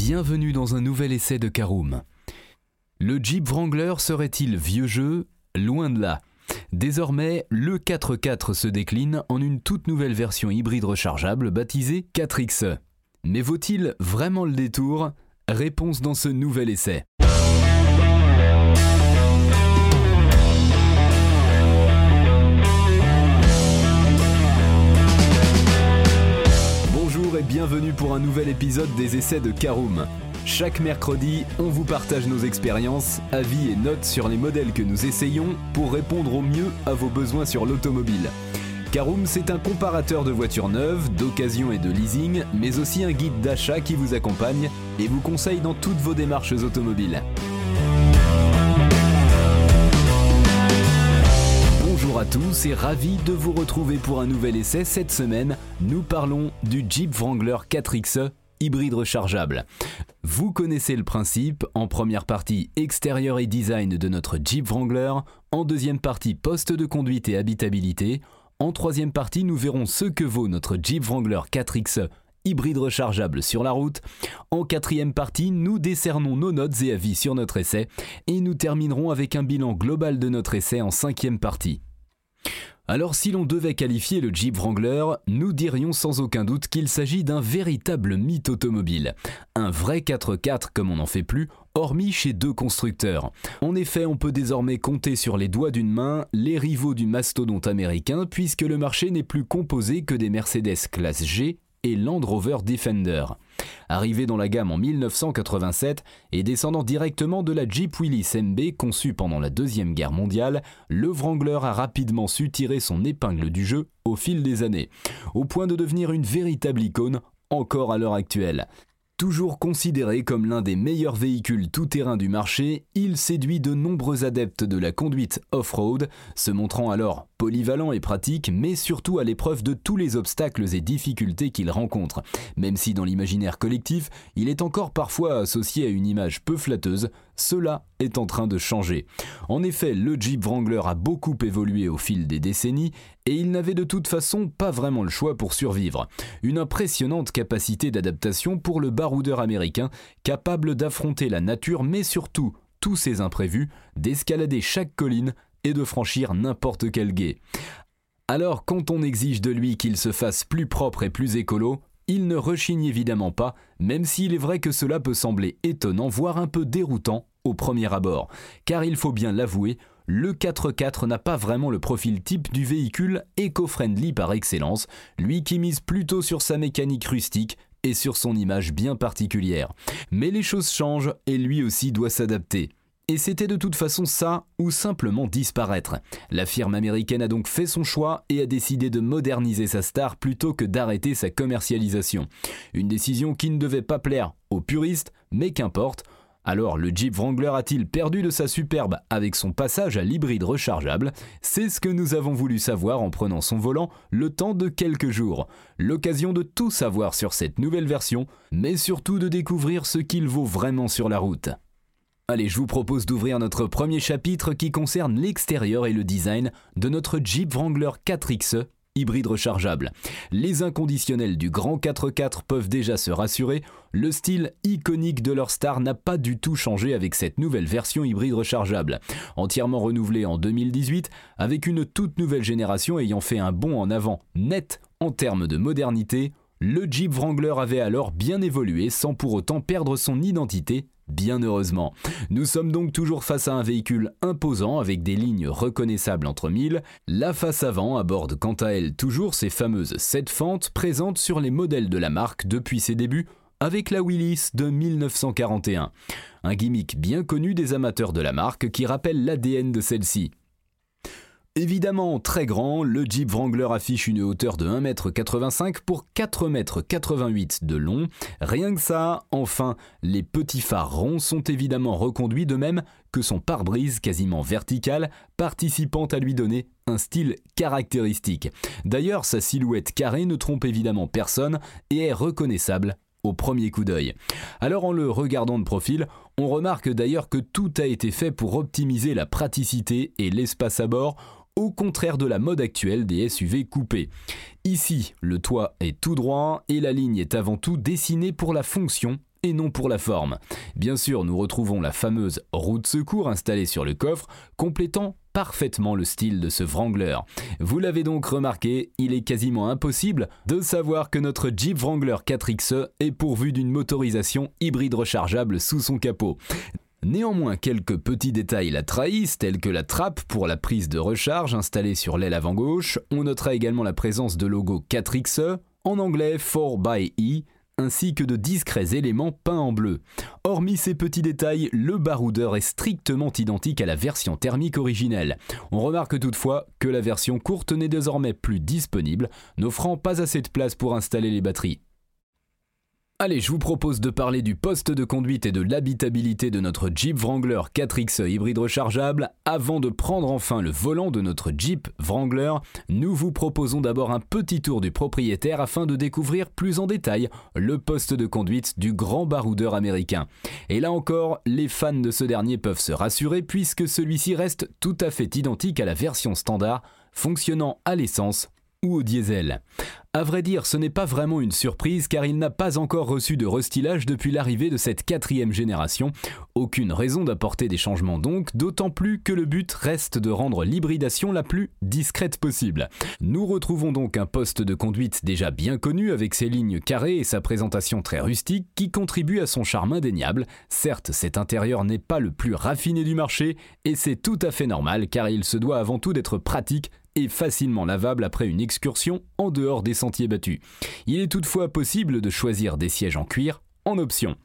Bienvenue dans un nouvel essai de Caroom. Le Jeep Wrangler serait-il vieux jeu ? Loin de là. Désormais, le 4x4 se décline en une toute nouvelle version hybride rechargeable baptisée 4Xe. Mais vaut-il vraiment le détour ? Réponse dans ce nouvel essai. Bonjour et bienvenue pour un nouvel épisode des essais de Caroom. Chaque mercredi, on vous partage nos expériences, avis et notes sur les modèles que nous essayons pour répondre au mieux à vos besoins sur l'automobile. Caroom, c'est un comparateur de voitures neuves, d'occasion et de leasing, mais aussi un guide d'achat qui vous accompagne et vous conseille dans toutes vos démarches automobiles. Bonjour à tous et ravi de vous retrouver pour un nouvel essai. Cette semaine, nous parlons du Jeep Wrangler 4Xe hybride rechargeable. Vous connaissez le principe, en première partie extérieur et design de notre Jeep Wrangler, en deuxième partie poste de conduite et habitabilité, en troisième partie nous verrons ce que vaut notre Jeep Wrangler 4Xe hybride rechargeable sur la route, en quatrième partie nous décernons nos notes et avis sur notre essai et nous terminerons avec un bilan global de notre essai en cinquième partie. Alors si l'on devait qualifier le Jeep Wrangler, nous dirions sans aucun doute qu'il s'agit d'un véritable mythe automobile. Un vrai 4x4 comme on n'en fait plus, hormis chez deux constructeurs. En effet, on peut désormais compter sur les doigts d'une main les rivaux du mastodonte américain puisque le marché n'est plus composé que des Mercedes classe G et Land Rover Defender. Arrivé dans la gamme en 1987 et descendant directement de la Jeep Willys MB conçue pendant la Deuxième Guerre mondiale, le Wrangler a rapidement su tirer son épingle du jeu au fil des années, au point de devenir une véritable icône encore à l'heure actuelle. Toujours considéré comme l'un des meilleurs véhicules tout-terrain du marché, il séduit de nombreux adeptes de la conduite off-road, se montrant alors polyvalent et pratique, mais surtout à l'épreuve de tous les obstacles et difficultés qu'il rencontre, même si dans l'imaginaire collectif, il est encore parfois associé à une image peu flatteuse, cela est en train de changer. En effet, le Jeep Wrangler a beaucoup évolué au fil des décennies et il n'avait de toute façon pas vraiment le choix pour survivre. Une impressionnante capacité d'adaptation pour le baroudeur américain, capable d'affronter la nature mais surtout tous ses imprévus, d'escalader chaque colline et de franchir n'importe quel gué. Alors quand on exige de lui qu'il se fasse plus propre et plus écolo, il ne rechigne évidemment pas, même s'il est vrai que cela peut sembler étonnant, voire un peu déroutant au premier abord. Car il faut bien l'avouer, le 4x4 n'a pas vraiment le profil type du véhicule éco-friendly par excellence, lui qui mise plutôt sur sa mécanique rustique et sur son image bien particulière. Mais les choses changent et lui aussi doit s'adapter. Et c'était de toute façon ça, ou simplement disparaître. La firme américaine a donc fait son choix et a décidé de moderniser sa star plutôt que d'arrêter sa commercialisation. Une décision qui ne devait pas plaire aux puristes, mais qu'importe. Alors le Jeep Wrangler a-t-il perdu de sa superbe avec son passage à l'hybride rechargeable ? C'est ce que nous avons voulu savoir en prenant son volant le temps de quelques jours. L'occasion de tout savoir sur cette nouvelle version, mais surtout de découvrir ce qu'il vaut vraiment sur la route. Allez, je vous propose d'ouvrir notre premier chapitre qui concerne l'extérieur et le design de notre Jeep Wrangler 4Xe hybride rechargeable. Les inconditionnels du grand 4x4 peuvent déjà se rassurer, le style iconique de leur star n'a pas du tout changé avec cette nouvelle version hybride rechargeable. Entièrement renouvelée en 2018, avec une toute nouvelle génération ayant fait un bond en avant net en termes de modernité, le Jeep Wrangler avait alors bien évolué sans pour autant perdre son identité. Bien heureusement. Nous sommes donc toujours face à un véhicule imposant avec des lignes reconnaissables entre mille. La face avant aborde quant à elle toujours ces fameuses 7 fentes présentes sur les modèles de la marque depuis ses débuts avec la Willys de 1941. Un gimmick bien connu des amateurs de la marque qui rappelle l'ADN de celle-ci. Évidemment très grand, le Jeep Wrangler affiche une hauteur de 1,85 m pour 4,88 m de long. Rien que ça, enfin, les petits phares ronds sont évidemment reconduits de même que son pare-brise quasiment vertical, participant à lui donner un style caractéristique. D'ailleurs, sa silhouette carrée ne trompe évidemment personne et est reconnaissable au premier coup d'œil. Alors en le regardant de profil, on remarque d'ailleurs que tout a été fait pour optimiser la praticité et l'espace à bord, au contraire de la mode actuelle des SUV coupés. Ici, le toit est tout droit et la ligne est avant tout dessinée pour la fonction et non pour la forme. Bien sûr, nous retrouvons la fameuse roue de secours installée sur le coffre, complétant parfaitement le style de ce Wrangler. Vous l'avez donc remarqué, il est quasiment impossible de savoir que notre Jeep Wrangler 4XE est pourvu d'une motorisation hybride rechargeable sous son capot. Néanmoins, quelques petits détails la trahissent, tels que la trappe pour la prise de recharge installée sur l'aile avant gauche. On notera également la présence de logo 4XE, en anglais 4xE, ainsi que de discrets éléments peints en bleu. Hormis ces petits détails, le baroudeur est strictement identique à la version thermique originelle. On remarque toutefois que la version courte n'est désormais plus disponible, n'offrant pas assez de place pour installer les batteries. Allez, je vous propose de parler du poste de conduite et de l'habitabilité de notre Jeep Wrangler 4XE hybride rechargeable. Avant de prendre enfin le volant de notre Jeep Wrangler, nous vous proposons d'abord un petit tour du propriétaire afin de découvrir plus en détail le poste de conduite du grand baroudeur américain. Et là encore, les fans de ce dernier peuvent se rassurer puisque celui-ci reste tout à fait identique à la version standard, fonctionnant à l'essence ou au diesel. À vrai dire, ce n'est pas vraiment une surprise car il n'a pas encore reçu de restylage depuis l'arrivée de cette 4e génération. Aucune raison d'apporter des changements donc, d'autant plus que le but reste de rendre l'hybridation la plus discrète possible. Nous retrouvons donc un poste de conduite déjà bien connu avec ses lignes carrées et sa présentation très rustique qui contribue à son charme indéniable. Certes, cet intérieur n'est pas le plus raffiné du marché et c'est tout à fait normal car il se doit avant tout d'être pratique et facilement lavable après une excursion en dehors des sentiers battus. Il est toutefois possible de choisir des sièges en cuir en option.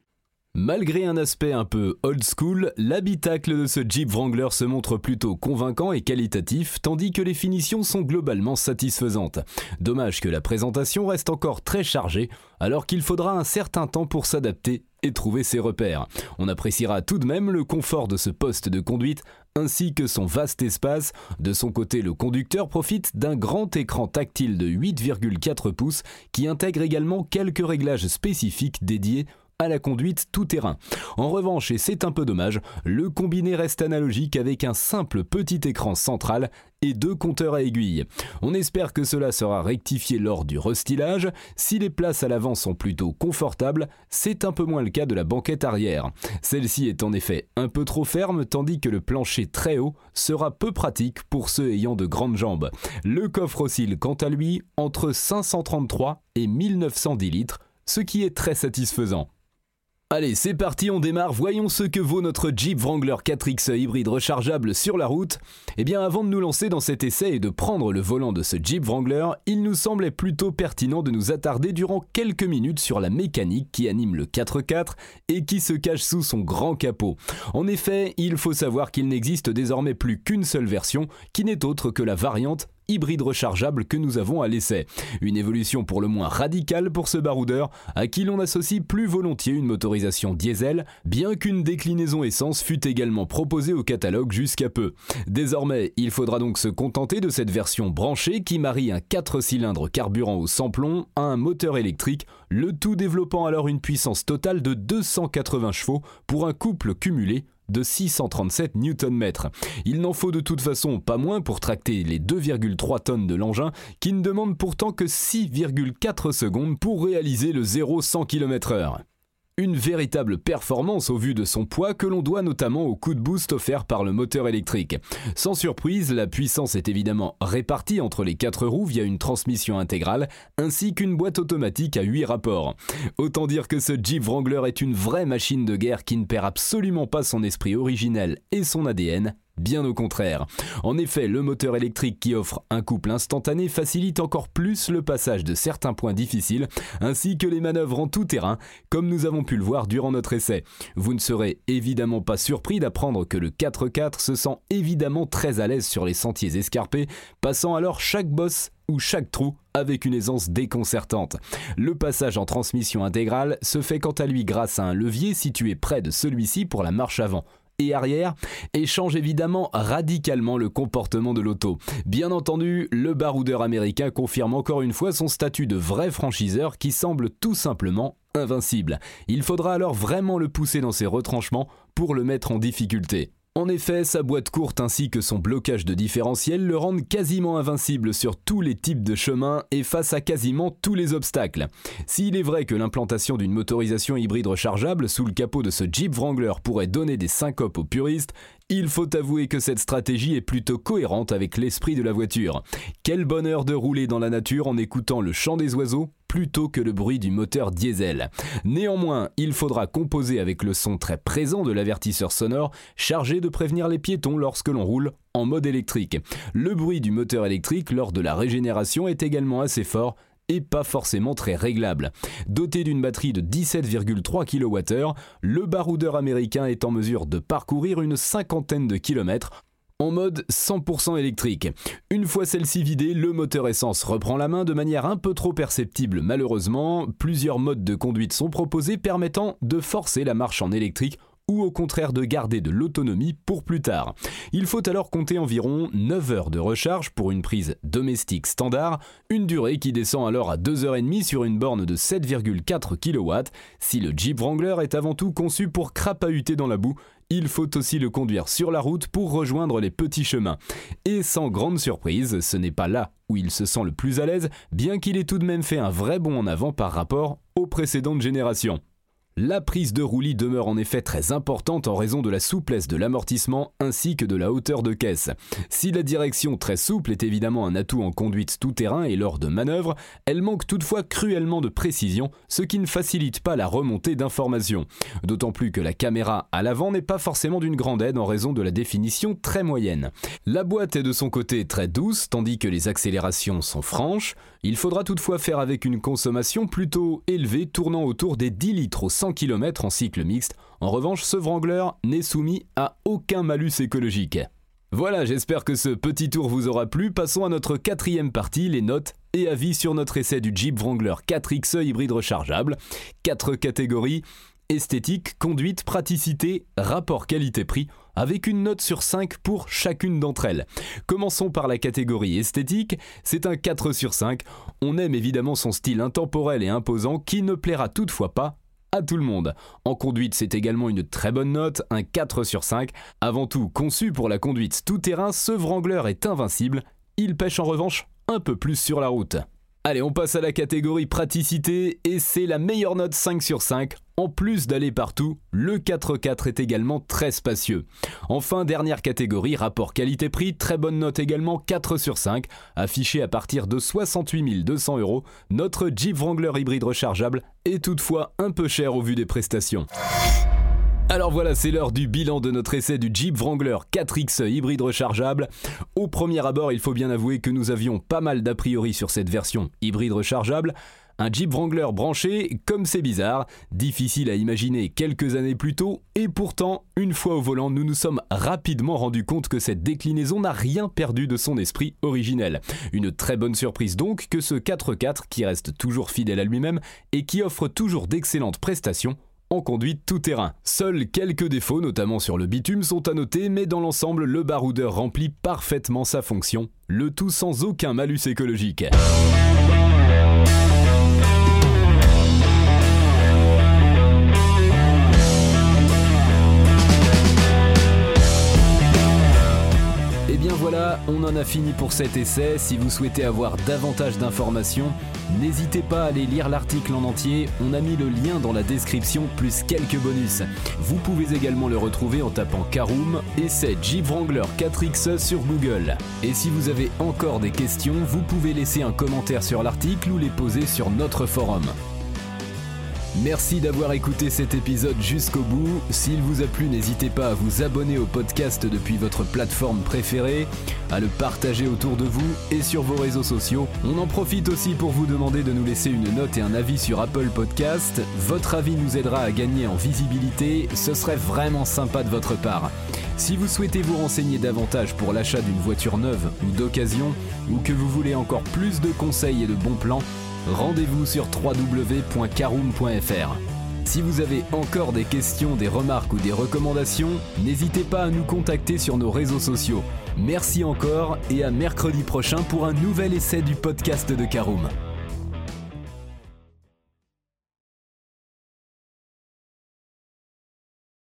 Malgré un aspect un peu old school, l'habitacle de ce Jeep Wrangler se montre plutôt convaincant et qualitatif, tandis que les finitions sont globalement satisfaisantes. Dommage que la présentation reste encore très chargée, alors qu'il faudra un certain temps pour s'adapter et trouver ses repères. On appréciera tout de même le confort de ce poste de conduite, ainsi que son vaste espace. De son côté, le conducteur profite d'un grand écran tactile de 8,4 pouces qui intègre également quelques réglages spécifiques dédiés à la conduite tout-terrain. En revanche, et c'est un peu dommage, le combiné reste analogique avec un simple petit écran central et 2 compteurs à aiguilles. On espère que cela sera rectifié lors du restylage. Si les places à l'avant sont plutôt confortables, c'est un peu moins le cas de la banquette arrière. Celle-ci est en effet un peu trop ferme, tandis que le plancher très haut sera peu pratique pour ceux ayant de grandes jambes. Le coffre oscille quant à lui entre 533 et 1910 litres, ce qui est très satisfaisant. Allez, c'est parti, on démarre, voyons ce que vaut notre Jeep Wrangler 4XE hybride rechargeable sur la route. Eh bien, avant de nous lancer dans cet essai et de prendre le volant de ce Jeep Wrangler, il nous semblait plutôt pertinent de nous attarder durant quelques minutes sur la mécanique qui anime le 4x4 et qui se cache sous son grand capot. En effet, il faut savoir qu'il n'existe désormais plus qu'une seule version, qui n'est autre que la variante hybride rechargeable que nous avons à l'essai. Une évolution pour le moins radicale pour ce baroudeur, à qui l'on associe plus volontiers une motorisation diesel, bien qu'une déclinaison essence fût également proposée au catalogue jusqu'à peu. Désormais, il faudra donc se contenter de cette version branchée qui marie un 4 cylindres carburant au sans-plomb à un moteur électrique, le tout développant alors une puissance totale de 280 chevaux pour un couple cumulé de 637 Nm. Il n'en faut de toute façon pas moins pour tracter les 2,3 tonnes de l'engin qui ne demande pourtant que 6,4 secondes pour réaliser le 0-100 km/h. Une véritable performance au vu de son poids que l'on doit notamment au coup de boost offert par le moteur électrique. Sans surprise, la puissance est évidemment répartie entre les 4 roues via une transmission intégrale ainsi qu'une boîte automatique à 8 rapports. Autant dire que ce Jeep Wrangler est une vraie machine de guerre qui ne perd absolument pas son esprit originel et son ADN. Bien au contraire. En effet, le moteur électrique qui offre un couple instantané facilite encore plus le passage de certains points difficiles, ainsi que les manœuvres en tout terrain, comme nous avons pu le voir durant notre essai. Vous ne serez évidemment pas surpris d'apprendre que le 4x4 se sent évidemment très à l'aise sur les sentiers escarpés, passant alors chaque bosse ou chaque trou avec une aisance déconcertante. Le passage en transmission intégrale se fait quant à lui grâce à un levier situé près de celui-ci pour la marche avant et arrière, et change évidemment radicalement le comportement de l'auto. Bien entendu, le baroudeur américain confirme encore une fois son statut de vrai franchiseur qui semble tout simplement invincible. Il faudra alors vraiment le pousser dans ses retranchements pour le mettre en difficulté. En effet, sa boîte courte ainsi que son blocage de différentiel le rendent quasiment invincible sur tous les types de chemins et face à quasiment tous les obstacles. S'il est vrai que l'implantation d'une motorisation hybride rechargeable sous le capot de ce Jeep Wrangler pourrait donner des syncopes aux puristes, il faut avouer que cette stratégie est plutôt cohérente avec l'esprit de la voiture. Quel bonheur de rouler dans la nature en écoutant le chant des oiseaux plutôt que le bruit du moteur diesel. Néanmoins, il faudra composer avec le son très présent de l'avertisseur sonore chargé de prévenir les piétons lorsque l'on roule en mode électrique. Le bruit du moteur électrique lors de la régénération est également assez fort et pas forcément très réglable. Doté d'une batterie de 17,3 kWh, le baroudeur américain est en mesure de parcourir une cinquantaine de kilomètres en mode 100% électrique. Une fois celle-ci vidée, le moteur essence reprend la main de manière un peu trop perceptible malheureusement. Plusieurs modes de conduite sont proposés permettant de forcer la marche en électrique ou au contraire de garder de l'autonomie pour plus tard. Il faut alors compter environ 9 heures de recharge pour une prise domestique standard, une durée qui descend alors à 2h30 sur une borne de 7,4 kW. Si le Jeep Wrangler est avant tout conçu pour crapahuter dans la boue, il faut aussi le conduire sur la route pour rejoindre les petits chemins. Et sans grande surprise, ce n'est pas là où il se sent le plus à l'aise, bien qu'il ait tout de même fait un vrai bond en avant par rapport aux précédentes générations. La prise de roulis demeure en effet très importante en raison de la souplesse de l'amortissement ainsi que de la hauteur de caisse. Si la direction très souple est évidemment un atout en conduite tout-terrain et lors de manœuvres, elle manque toutefois cruellement de précision, ce qui ne facilite pas la remontée d'informations. D'autant plus que la caméra à l'avant n'est pas forcément d'une grande aide en raison de la définition très moyenne. La boîte est de son côté très douce, tandis que les accélérations sont franches. Il faudra toutefois faire avec une consommation plutôt élevée tournant autour des 10 litres au 100 km en cycle mixte. En revanche, ce Wrangler n'est soumis à aucun malus écologique. Voilà, j'espère que ce petit tour vous aura plu. Passons à notre quatrième partie, les notes et avis sur notre essai du Jeep Wrangler 4XE hybride rechargeable. 4 catégories: esthétique, conduite, praticité, rapport qualité-prix, avec une note sur 5 pour chacune d'entre elles. Commençons par la catégorie esthétique, c'est un 4 sur 5. On aime évidemment son style intemporel et imposant qui ne plaira toutefois pas à tout le monde. En conduite, c'est également une très bonne note, un 4 sur 5. Avant tout conçu pour la conduite tout-terrain, ce Wrangler est invincible. Il pêche en revanche un peu plus sur la route. Allez, on passe à la catégorie praticité et c'est la meilleure note 5 sur 5. En plus d'aller partout, le 4x4 est également très spacieux. Enfin, dernière catégorie, rapport qualité-prix, très bonne note également 4 sur 5. Affiché à partir de 68 200 €, notre Jeep Wrangler hybride rechargeable est toutefois un peu cher au vu des prestations. Alors voilà, c'est l'heure du bilan de notre essai du Jeep Wrangler 4XE hybride rechargeable. Au premier abord, il faut bien avouer que nous avions pas mal d'a priori sur cette version hybride rechargeable. Un Jeep Wrangler branché, comme c'est bizarre, difficile à imaginer quelques années plus tôt, et pourtant, une fois au volant, nous nous sommes rapidement rendus compte que cette déclinaison n'a rien perdu de son esprit originel. Une très bonne surprise donc que ce 4x4 qui reste toujours fidèle à lui-même et qui offre toujours d'excellentes prestations en conduite tout-terrain. Seuls quelques défauts, notamment sur le bitume, sont à noter, mais dans l'ensemble, le baroudeur remplit parfaitement sa fonction, le tout sans aucun malus écologique. Et bien voilà, on en a fini pour cet essai. Si vous souhaitez avoir davantage d'informations, n'hésitez pas à aller lire l'article en entier. On a mis le lien dans la description, plus quelques bonus. Vous pouvez également le retrouver en tapant Caroom, essai Jeep Wrangler 4XE sur Google. Et si vous avez encore des questions, vous pouvez laisser un commentaire sur l'article ou les poser sur notre forum. Merci d'avoir écouté cet épisode jusqu'au bout. S'il vous a plu, n'hésitez pas à vous abonner au podcast depuis votre plateforme préférée, à le partager autour de vous et sur vos réseaux sociaux. On en profite aussi pour vous demander de nous laisser une note et un avis sur Apple Podcast. Votre avis nous aidera à gagner en visibilité, ce serait vraiment sympa de votre part. Si vous souhaitez vous renseigner davantage pour l'achat d'une voiture neuve ou d'occasion, ou que vous voulez encore plus de conseils et de bons plans, rendez-vous sur www.caroom.fr. Si vous avez encore des questions, des remarques ou des recommandations, n'hésitez pas à nous contacter sur nos réseaux sociaux. Merci encore et à mercredi prochain pour un nouvel essai du podcast de Caroom.